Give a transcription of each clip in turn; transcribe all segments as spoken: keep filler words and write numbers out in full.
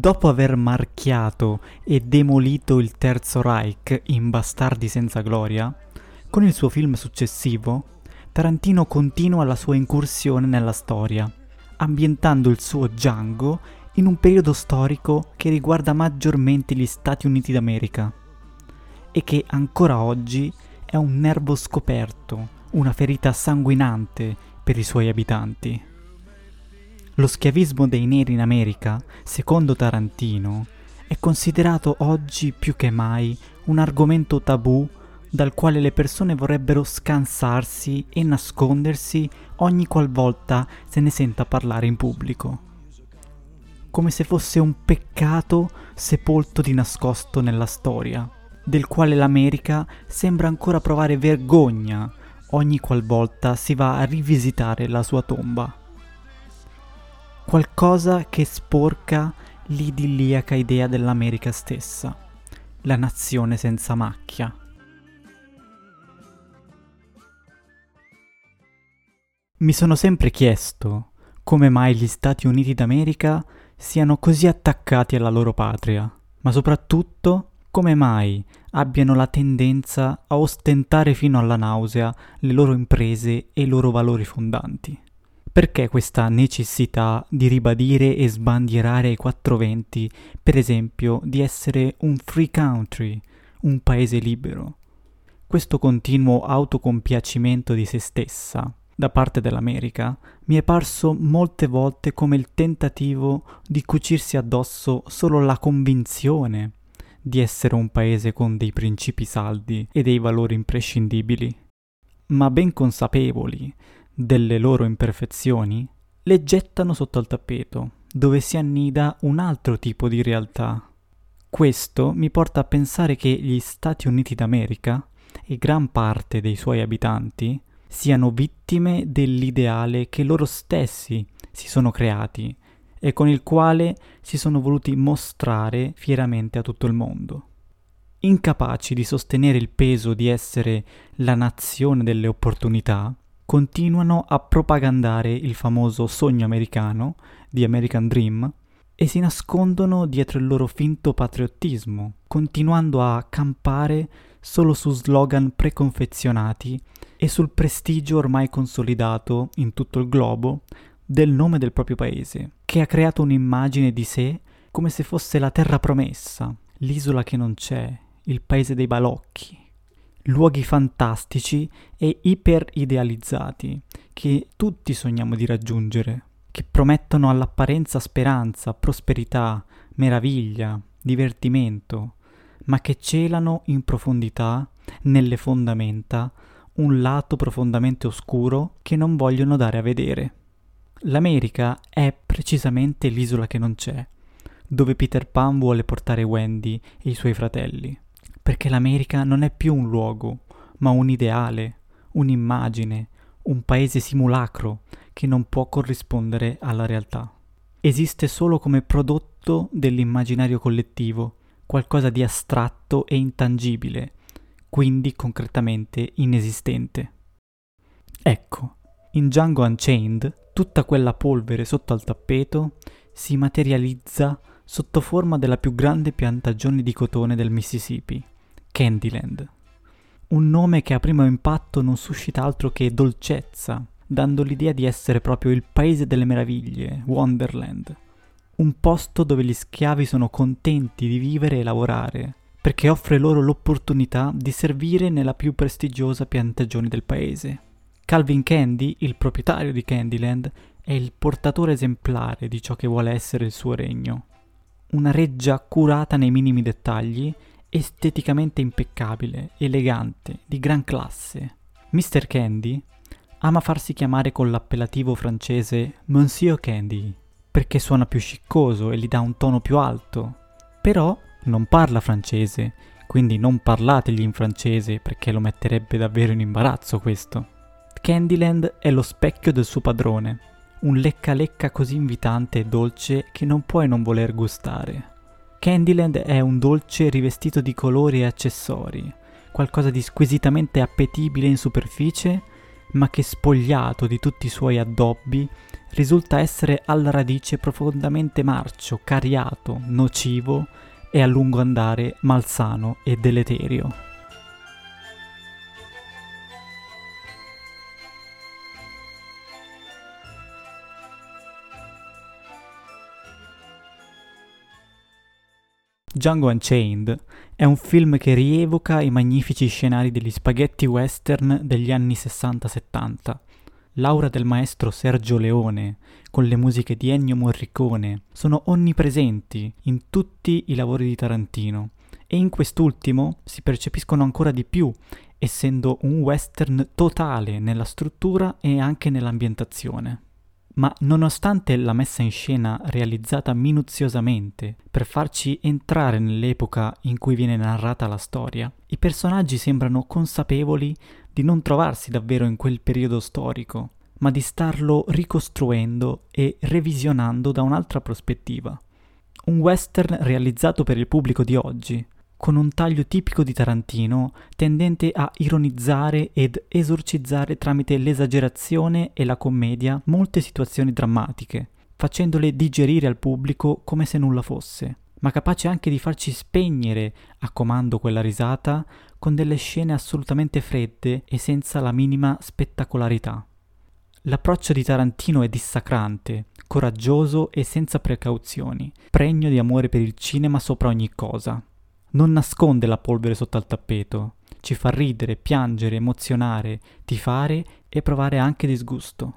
Dopo aver marchiato e demolito il Terzo Reich in Bastardi senza gloria, con il suo film successivo, Tarantino continua la sua incursione nella storia, ambientando il suo Django in un periodo storico che riguarda maggiormente gli Stati Uniti d'America e che ancora oggi è un nervo scoperto, una ferita sanguinante per i suoi abitanti. Lo schiavismo dei neri in America, secondo Tarantino, è considerato oggi più che mai un argomento tabù dal quale le persone vorrebbero scansarsi e nascondersi ogni qualvolta se ne senta parlare in pubblico. Come se fosse un peccato sepolto di nascosto nella storia, del quale l'America sembra ancora provare vergogna ogni qualvolta si va a rivisitare la sua tomba. Qualcosa che sporca l'idilliaca idea dell'America stessa, la nazione senza macchia. Mi sono sempre chiesto come mai gli Stati Uniti d'America siano così attaccati alla loro patria, ma soprattutto come mai abbiano la tendenza a ostentare fino alla nausea le loro imprese e i loro valori fondanti. Perché questa necessità di ribadire e sbandierare ai quattro venti, per esempio, di essere un free country, un paese libero? Questo continuo autocompiacimento di se stessa da parte dell'America mi è parso molte volte come il tentativo di cucirsi addosso solo la convinzione di essere un paese con dei principi saldi e dei valori imprescindibili, ma ben consapevoli delle loro imperfezioni, le gettano sotto al tappeto, dove si annida un altro tipo di realtà. Questo mi porta a pensare che gli Stati Uniti d'America e gran parte dei suoi abitanti siano vittime dell'ideale che loro stessi si sono creati e con il quale si sono voluti mostrare fieramente a tutto il mondo. Incapaci di sostenere il peso di essere la nazione delle opportunità, continuano a propagandare il famoso sogno americano, di American Dream, e si nascondono dietro il loro finto patriottismo, continuando a campare solo su slogan preconfezionati e sul prestigio ormai consolidato in tutto il globo del nome del proprio paese, che ha creato un'immagine di sé come se fosse la terra promessa, l'isola che non c'è, il paese dei balocchi. Luoghi fantastici e iperidealizzati che tutti sogniamo di raggiungere, che promettono all'apparenza speranza, prosperità, meraviglia, divertimento, ma che celano in profondità, nelle fondamenta, un lato profondamente oscuro che non vogliono dare a vedere. L'America è precisamente l'isola che non c'è, dove Peter Pan vuole portare Wendy e i suoi fratelli. Perché l'America non è più un luogo, ma un ideale, un'immagine, un paese simulacro che non può corrispondere alla realtà. Esiste solo come prodotto dell'immaginario collettivo, qualcosa di astratto e intangibile, quindi concretamente inesistente. Ecco, in Django Unchained, tutta quella polvere sotto al tappeto si materializza sotto forma della più grande piantagione di cotone del Mississippi, Candyland. Un nome che a primo impatto non suscita altro che dolcezza, dando l'idea di essere proprio il paese delle meraviglie, Wonderland. Un posto dove gli schiavi sono contenti di vivere e lavorare, perché offre loro l'opportunità di servire nella più prestigiosa piantagione del paese. Calvin Candy, il proprietario di Candyland, è il portatore esemplare di ciò che vuole essere il suo regno. Una reggia curata nei minimi dettagli, esteticamente impeccabile, elegante, di gran classe. mister Candy ama farsi chiamare con l'appellativo francese Monsieur Candy, perché suona più sciccoso e gli dà un tono più alto. Però non parla francese, quindi non parlategli in francese perché lo metterebbe davvero in imbarazzo questo. Candyland è lo specchio del suo padrone, un lecca lecca così invitante e dolce che non puoi non voler gustare. Candyland è un dolce rivestito di colori e accessori, qualcosa di squisitamente appetibile in superficie, ma che spogliato di tutti i suoi addobbi risulta essere alla radice profondamente marcio, cariato, nocivo e a lungo andare malsano e deleterio. Django Unchained è un film che rievoca i magnifici scenari degli spaghetti western degli anni sessanta settanta. L'aura del maestro Sergio Leone, con le musiche di Ennio Morricone, sono onnipresenti in tutti i lavori di Tarantino e in quest'ultimo si percepiscono ancora di più, essendo un western totale nella struttura e anche nell'ambientazione. Ma nonostante la messa in scena realizzata minuziosamente per farci entrare nell'epoca in cui viene narrata la storia, i personaggi sembrano consapevoli di non trovarsi davvero in quel periodo storico, ma di starlo ricostruendo e revisionando da un'altra prospettiva. Un western realizzato per il pubblico di oggi, con un taglio tipico di Tarantino, tendente a ironizzare ed esorcizzare tramite l'esagerazione e la commedia molte situazioni drammatiche, facendole digerire al pubblico come se nulla fosse, ma capace anche di farci spegnere a comando quella risata con delle scene assolutamente fredde e senza la minima spettacolarità. L'approccio di Tarantino è dissacrante, coraggioso e senza precauzioni, pregno di amore per il cinema sopra ogni cosa. Non nasconde la polvere sotto al tappeto, ci fa ridere, piangere, emozionare, tifare e provare anche disgusto.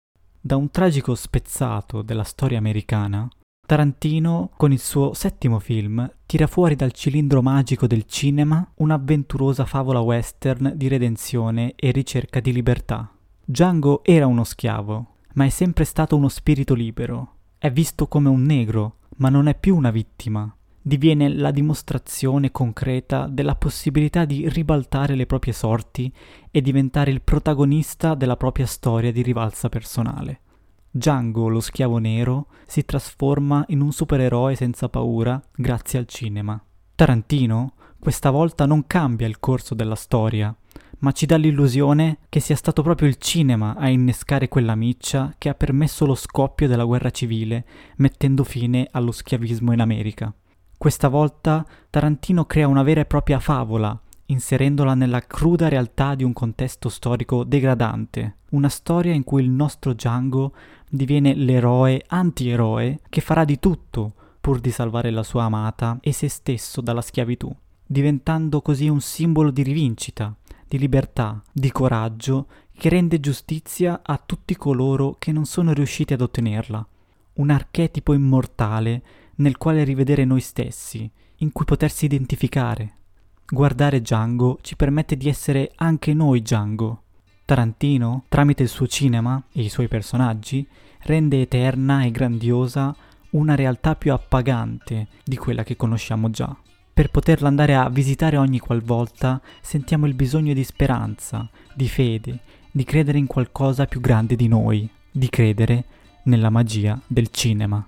Da un tragico spezzato della storia americana, Tarantino, con il suo settimo film, tira fuori dal cilindro magico del cinema un'avventurosa favola western di redenzione e ricerca di libertà. Django era uno schiavo, ma è sempre stato uno spirito libero. È visto come un negro, ma non è più una vittima. Diviene la dimostrazione concreta della possibilità di ribaltare le proprie sorti e diventare il protagonista della propria storia di rivalsa personale. Django, lo schiavo nero, si trasforma in un supereroe senza paura grazie al cinema. Tarantino, questa volta, non cambia il corso della storia, ma ci dà l'illusione che sia stato proprio il cinema a innescare quella miccia che ha permesso lo scoppio della guerra civile, mettendo fine allo schiavismo in America. Questa volta Tarantino crea una vera e propria favola, inserendola nella cruda realtà di un contesto storico degradante, una storia in cui il nostro Django diviene l'eroe antieroe che farà di tutto pur di salvare la sua amata e se stesso dalla schiavitù, diventando così un simbolo di rivincita, di libertà, di coraggio che rende giustizia a tutti coloro che non sono riusciti ad ottenerla. Un archetipo immortale nel quale rivedere noi stessi, in cui potersi identificare. Guardare Django ci permette di essere anche noi Django. Tarantino, tramite il suo cinema e i suoi personaggi, rende eterna e grandiosa una realtà più appagante di quella che conosciamo già. Per poterla andare a visitare ogni qualvolta sentiamo il bisogno di speranza, di fede, di credere in qualcosa più grande di noi, di credere nella magia del cinema.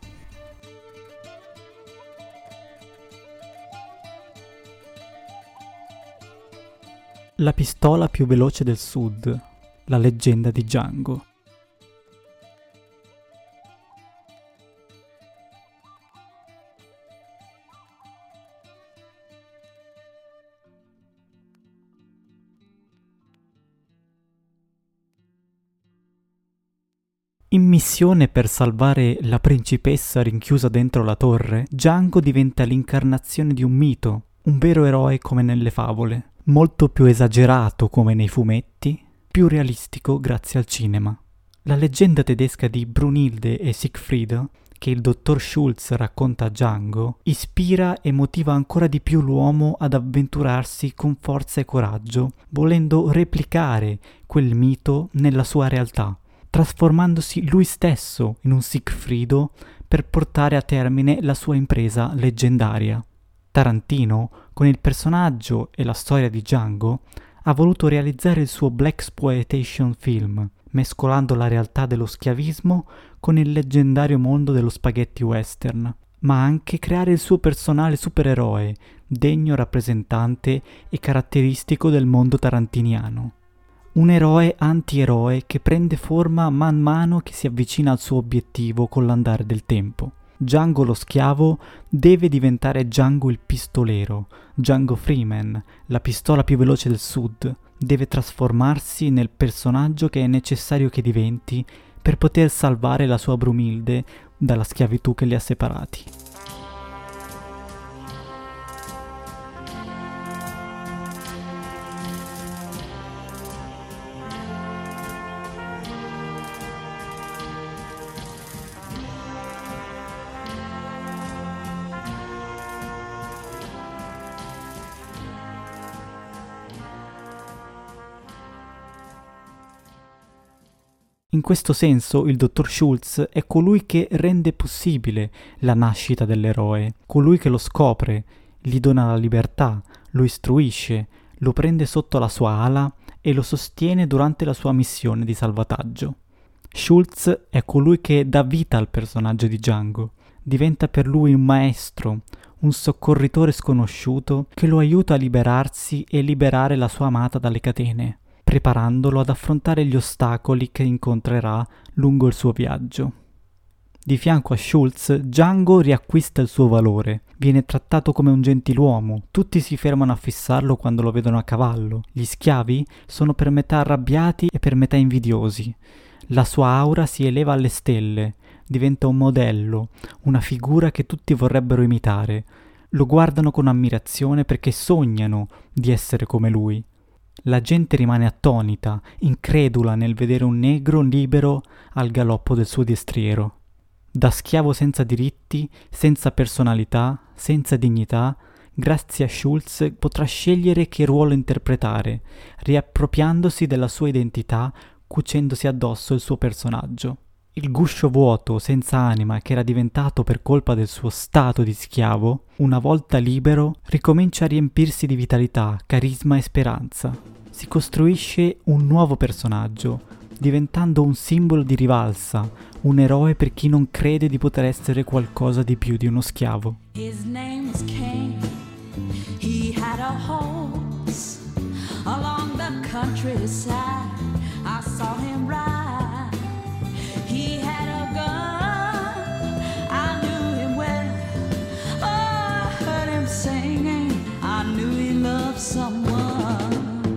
La pistola più veloce del Sud, la leggenda di Django. In missione per salvare la principessa rinchiusa dentro la torre, Django diventa l'incarnazione di un mito, un vero eroe come nelle favole, molto più esagerato come nei fumetti, più realistico grazie al cinema. La leggenda tedesca di Brunhilde e Siegfried, che il dottor Schultz racconta a Django, ispira e motiva ancora di più l'uomo ad avventurarsi con forza e coraggio, volendo replicare quel mito nella sua realtà, trasformandosi lui stesso in un Siegfriedo per portare a termine la sua impresa leggendaria. Tarantino, con il personaggio e la storia di Django, ha voluto realizzare il suo blaxploitation film, mescolando la realtà dello schiavismo con il leggendario mondo dello spaghetti western, ma anche creare il suo personale supereroe, degno rappresentante e caratteristico del mondo tarantiniano. Un eroe antieroe che prende forma man mano che si avvicina al suo obiettivo con l'andare del tempo. Django lo schiavo deve diventare Django il pistolero, Django Freeman, la pistola più veloce del sud, deve trasformarsi nel personaggio che è necessario che diventi per poter salvare la sua Brumilde dalla schiavitù che li ha separati. In questo senso il dottor Schultz è colui che rende possibile la nascita dell'eroe, colui che lo scopre, gli dona la libertà, lo istruisce, lo prende sotto la sua ala e lo sostiene durante la sua missione di salvataggio. Schultz è colui che dà vita al personaggio di Django, diventa per lui un maestro, un soccorritore sconosciuto che lo aiuta a liberarsi e liberare la sua amata dalle catene, preparandolo ad affrontare gli ostacoli che incontrerà lungo il suo viaggio. Di fianco a Schultz, Django riacquista il suo valore, viene trattato come un gentiluomo, tutti si fermano a fissarlo quando lo vedono a cavallo, gli schiavi sono per metà arrabbiati e per metà invidiosi. La sua aura si eleva alle stelle, diventa un modello, una figura che tutti vorrebbero imitare. Lo guardano con ammirazione perché sognano di essere come lui. La gente rimane attonita, incredula nel vedere un negro libero al galoppo del suo destriero. Da schiavo senza diritti, senza personalità, senza dignità, grazie a Schultz potrà scegliere che ruolo interpretare, riappropriandosi della sua identità, cucendosi addosso il suo personaggio. Il guscio vuoto, senza anima, che era diventato per colpa del suo stato di schiavo, una volta libero, ricomincia a riempirsi di vitalità, carisma e speranza. Si costruisce un nuovo personaggio, diventando un simbolo di rivalsa, un eroe per chi non crede di poter essere qualcosa di più di uno schiavo. His name was Cain. He had a horse along the countryside. I saw him ride. He had a gun. I knew him well. Oh, I heard him singing. I knew he loved someone.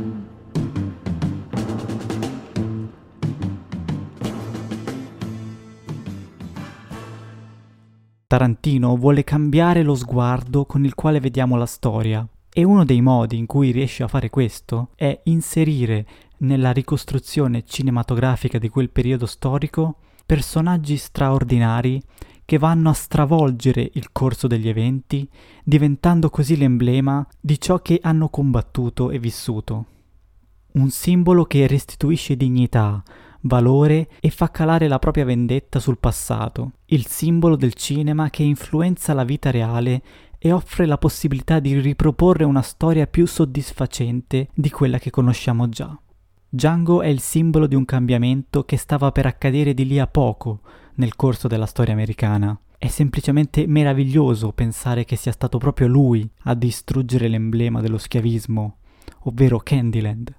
Tarantino vuole cambiare lo sguardo con il quale vediamo la storia, e uno dei modi in cui riesce a fare questo è inserire nella ricostruzione cinematografica di quel periodo storico personaggi straordinari che vanno a stravolgere il corso degli eventi, diventando così l'emblema di ciò che hanno combattuto e vissuto. Un simbolo che restituisce dignità, valore e fa calare la propria vendetta sul passato, il simbolo del cinema che influenza la vita reale e offre la possibilità di riproporre una storia più soddisfacente di quella che conosciamo già. Django è il simbolo di un cambiamento che stava per accadere di lì a poco nel corso della storia americana. È semplicemente meraviglioso pensare che sia stato proprio lui a distruggere l'emblema dello schiavismo, ovvero Candyland.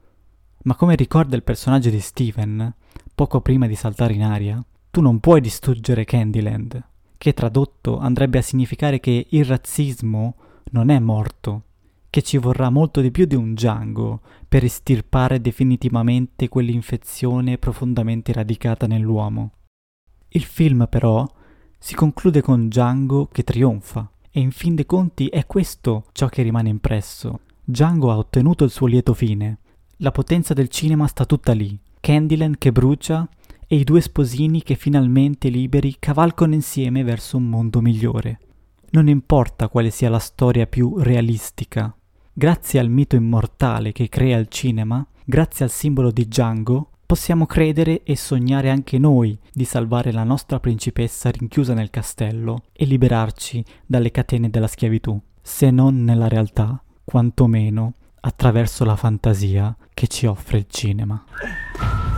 Ma come ricorda il personaggio di Steven, poco prima di saltare in aria, tu non puoi distruggere Candyland, che tradotto andrebbe a significare che il razzismo non è morto, che ci vorrà molto di più di un Django per estirpare definitivamente quell'infezione profondamente radicata nell'uomo. Il film però si conclude con Django che trionfa, e in fin dei conti è questo ciò che rimane impresso. Django ha ottenuto il suo lieto fine. La potenza del cinema sta tutta lì, Candyland che brucia e i due sposini che finalmente liberi cavalcano insieme verso un mondo migliore. Non importa quale sia la storia più realistica. Grazie al mito immortale che crea il cinema, grazie al simbolo di Django, possiamo credere e sognare anche noi di salvare la nostra principessa rinchiusa nel castello e liberarci dalle catene della schiavitù, se non nella realtà, quantomeno attraverso la fantasia che ci offre il cinema.